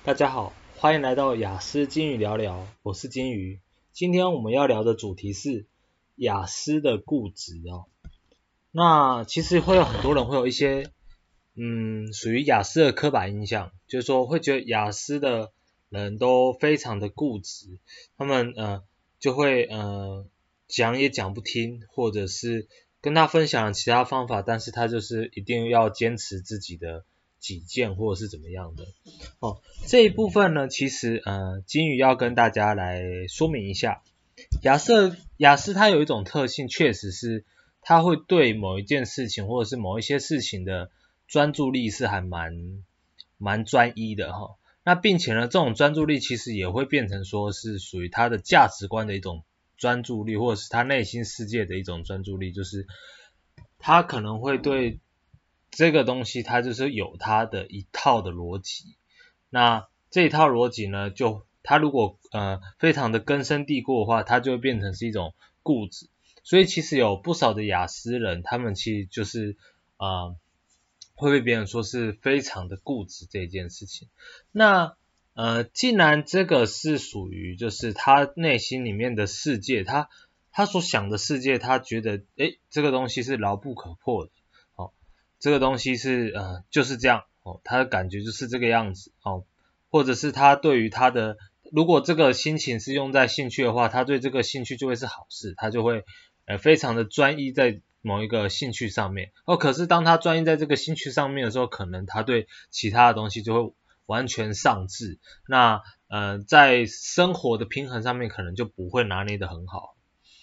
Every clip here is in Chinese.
大家好，欢迎来到雅思金鱼聊聊，我是金鱼。今天我们要聊的主题是雅思的固执哦。那其实会有很多人会有一些属于雅思的刻板印象，就是说会觉得雅思的人都非常的固执，他们就会讲也讲不听，或者是跟他分享其他方法，但是他就是一定要坚持自己的己见或者是怎么样的。这一部分呢，其实金鱼要跟大家来说明一下，雅思它有一种特性，确实是它会对某一件事情或者是某一些事情的专注力是还蛮专一的哈。那并且呢，这种专注力其实也会变成说是属于他的价值观的一种专注力，或者是他内心世界的一种专注力，就是他可能会对这个东西，他就是有他的一套的逻辑。那这一套逻辑呢，就他如果非常的根深蒂固的话，它就会变成是一种固执。所以其实有不少的雅思人，他们其实就是会被别人说是非常的固执这件事情。那既然这个是属于就是他内心里面的世界，他所想的世界，他觉得这个东西是牢不可破的，这个东西是就是这样他的感觉就是这个样子或者是他对于他的如果这个心情是用在兴趣的话，他对这个兴趣就会是好事，他就会非常的专一在某一个兴趣上面可是当他专一在这个兴趣上面的时候，可能他对其他的东西就会完全丧志，那在生活的平衡上面可能就不会拿捏得很好。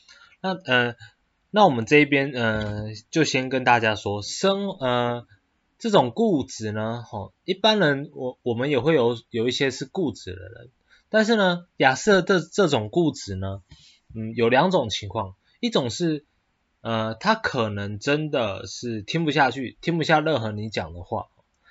那我们这一边就先跟大家说，这种固执呢一般人我们也会有一些是固执的人，但是呢亚瑟的这种固执呢有两种情况，一种是他可能真的是听不下去，听不下任何你讲的话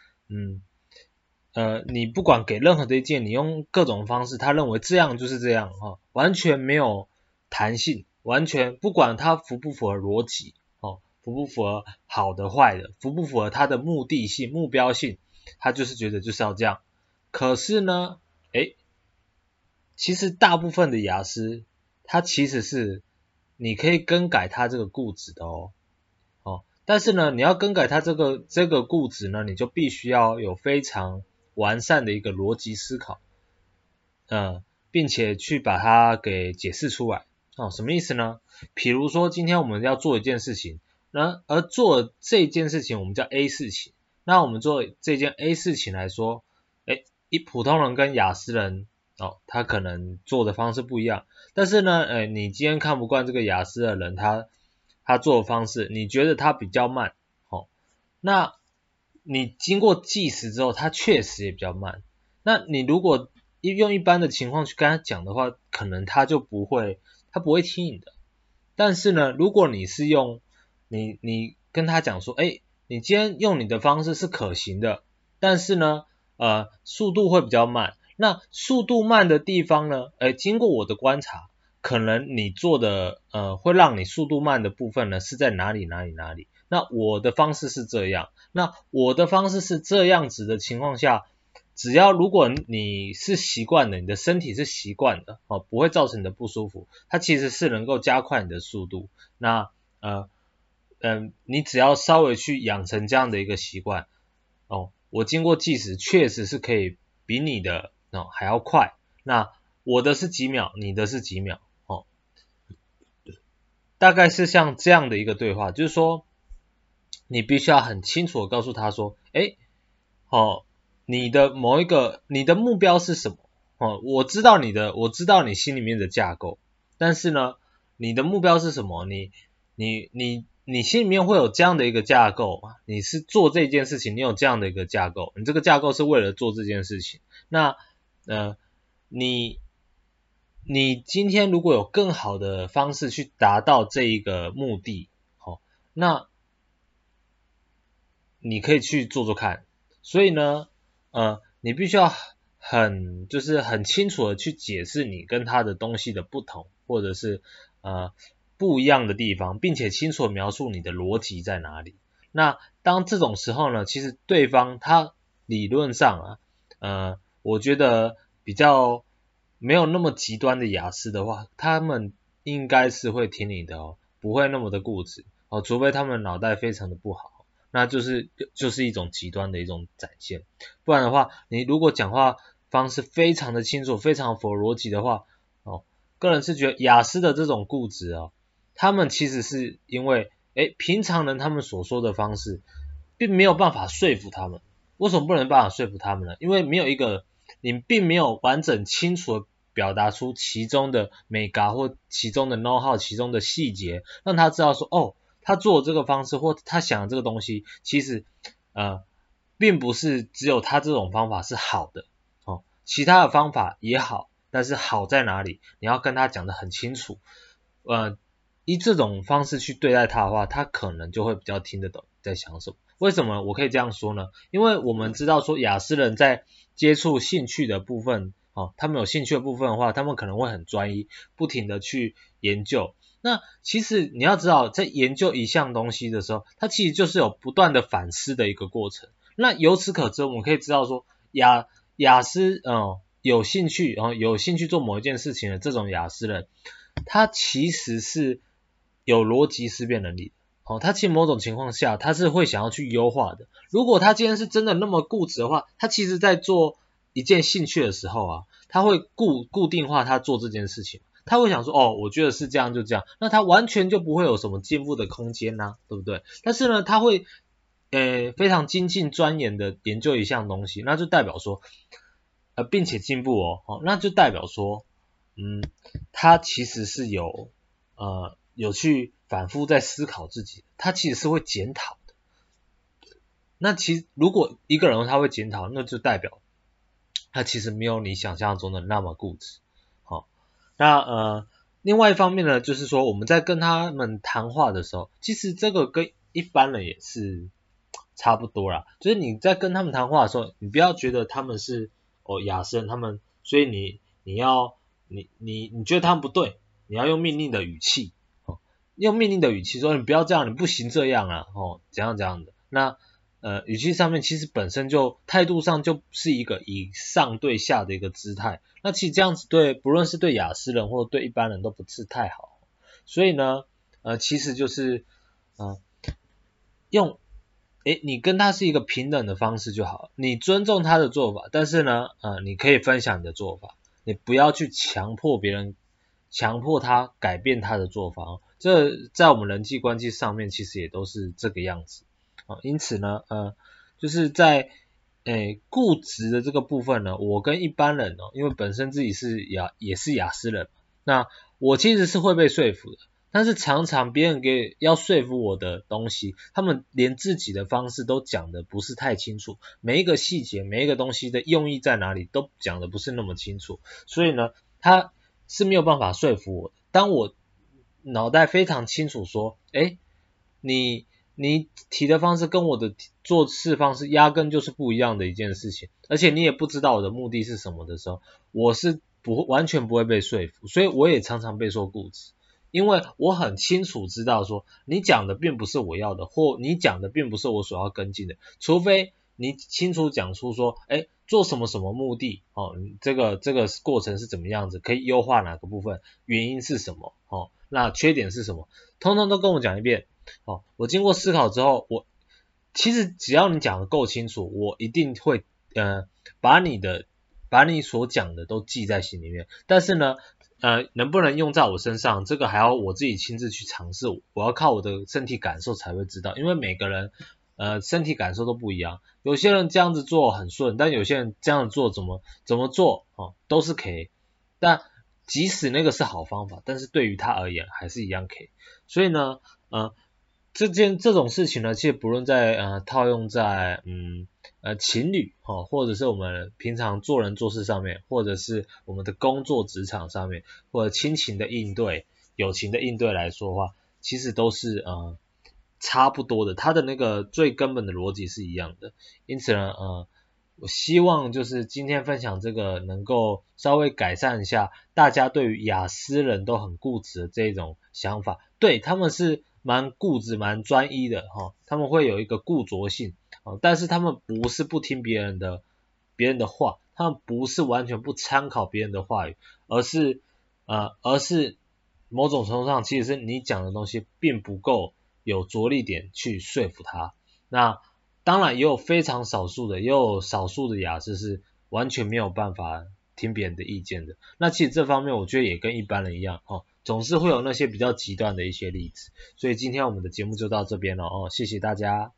你不管给任何的意见，你用各种方式，他认为这样就是这样完全没有弹性，完全不管它符不符合逻辑符不符合好的坏的，符不符合它的目的性、目标性，他就是觉得就是要这样。可是呢，其实大部分的雅思，它其实是你可以更改它这个固执的但是呢，你要更改它这个固执呢，你就必须要有非常完善的一个逻辑思考，并且去把它给解释出来什么意思呢？比如说今天我们要做一件事情，而做这件事情我们叫 A 事情，那我们做这件 A 事情来说，以普通人跟雅思人他可能做的方式不一样，但是呢，你今天看不惯这个雅思的人，他做的方式，你觉得他比较慢那你经过计时之后，他确实也比较慢。那你如果用一般的情况去跟他讲的话，可能他不会听你的。但是呢，如果你是用你跟他讲说，你今天用你的方式是可行的，但是呢，速度会比较慢。那速度慢的地方呢，经过我的观察，可能你做的会让你速度慢的部分呢是在哪里。那我的方式是这样，那我的方式是这样子的情况下，只要如果你是习惯的，你的身体是习惯的不会造成你的不舒服，它其实是能够加快你的速度。那你只要稍微去养成这样的一个习惯我经过计时确实是可以比你的还要快。那我的是几秒，你的是几秒大概是像这样的一个对话，就是说你必须要很清楚的告诉他说，你的目标是什么我知道你心里面的架构，但是呢，你的目标是什么？你心里面会有这样的一个架构吗？你是做这件事情，你有这样的一个架构，你这个架构是为了做这件事情。那你今天如果有更好的方式去达到这一个目的那你可以去做做看。所以呢你必须要就是很清楚的去解释你跟他的东西的不同，或者是不一样的地方，并且清楚的描述你的逻辑在哪里。那当这种时候呢，其实对方他理论上我觉得比较没有那么极端的雅思的话，他们应该是会听你的哦，不会那么的固执哦，除非他们脑袋非常的不好，那就是一种极端的一种展现，不然的话，你如果讲话方式非常的清楚，非常符合逻辑的话，哦，个人是觉得雅思的这种固执哦，他们其实是因为平常人他们所说的方式，并没有办法说服他们。为什么不能办法说服他们呢？因为没有一个你并没有完整清楚的表达出其中的美感或其中的 know how 其中的细节，让他知道说哦，他做这个方式或他想的这个东西，其实并不是只有他这种方法是好的哦，其他的方法也好，但是好在哪里，你要跟他讲得很清楚。以这种方式去对待他的话，他可能就会比较听得懂在想什么。为什么我可以这样说呢？因为我们知道说亚斯人在接触兴趣的部分，他们有兴趣的部分的话，他们可能会很专一，不停的去研究。那其实你要知道，在研究一项东西的时候，它其实就是有不断的反思的一个过程。那由此可知，我们可以知道说雅思有兴趣，有兴趣做某一件事情的这种雅思人，他其实是有逻辑思辨能力的。他其实某种情况下他是会想要去优化的。如果他今天是真的那么固执的话，他其实在做一件兴趣的时候啊，他会固定化他做这件事情。他会想说我觉得是这样就这样，那他完全就不会有什么进步的空间啊，对不对？但是呢，他会非常精进钻研的研究一项东西，那就代表说并且进步那就代表说他其实是有去反复在思考自己，他其实是会检讨的。那其实如果一个人他会检讨，那就代表他其实没有你想象中的那么固执。那另外一方面呢，就是说我们在跟他们谈话的时候，其实这个跟一般人也是差不多啦。就是你在跟他们谈话的时候，你不要觉得他们是亚生，他们所以你觉得他们不对，你要用命令的语气，用命令的语气说你不要这样，你不行这样啊，怎样怎样的。那语气上面其实本身就态度上就是一个以上对下的一个姿态，那其实这样子不论是对亚斯人或对一般人都不是太好。所以呢其实就是用你跟他是一个平等的方式就好，你尊重他的做法，但是呢你可以分享你的做法，你不要去强迫别人，强迫他改变他的做法这在我们人际关系上面其实也都是这个样子因此呢就是在固执的这个部分呢，我跟一般人因为本身自己也是亚斯人，那我其实是会被说服的。但是常常别人要说服我的东西，他们连自己的方式都讲的不是太清楚，每一个细节每一个东西的用意在哪里都讲的不是那么清楚，所以呢他是没有办法说服我的。当我脑袋非常清楚说你提的方式跟我的做事方式压根就是不一样的一件事情，而且你也不知道我的目的是什么的时候，我是完全不会被说服，所以我也常常被说固执。因为我很清楚知道说你讲的并不是我要的，或你讲的并不是我所要跟进的，除非你清楚讲出说做什么什么目的这个过程是怎么样子，可以优化哪个部分，原因是什么那缺点是什么，通通都跟我讲一遍我经过思考之后，其实只要你讲的够清楚，我一定会把你所讲的都记在心里面。但是呢能不能用在我身上，这个还要我自己亲自去尝试，我要靠我的身体感受才会知道，因为每个人身体感受都不一样，有些人这样子做很顺，但有些人这样子做怎么做都是 K， 但即使那个是好方法，但是对于他而言还是一样 K。 所以呢这种事情呢，其实不论在套用在情侣或者是我们平常做人做事上面，或者是我们的工作职场上面，或者亲情的应对、友情的应对来说的话，其实都是差不多的，它的那个最根本的逻辑是一样的。因此呢我希望就是今天分享这个能够稍微改善一下大家对于亚斯人都很固执的这种想法。对，他们是蛮固执蛮专一的他们会有一个固着性但是他们不是不听别人的话， 他们不是完全不参考别人的话语，而是某种程度上其实是你讲的东西并不够有着力点去说服他。那当然也有非常少数的，也有少数的亚斯是完全没有办法听别人的意见的。那其实这方面我觉得也跟一般人一样总是会有那些比较极端的一些例子。所以今天我们的节目就到这边了谢谢大家。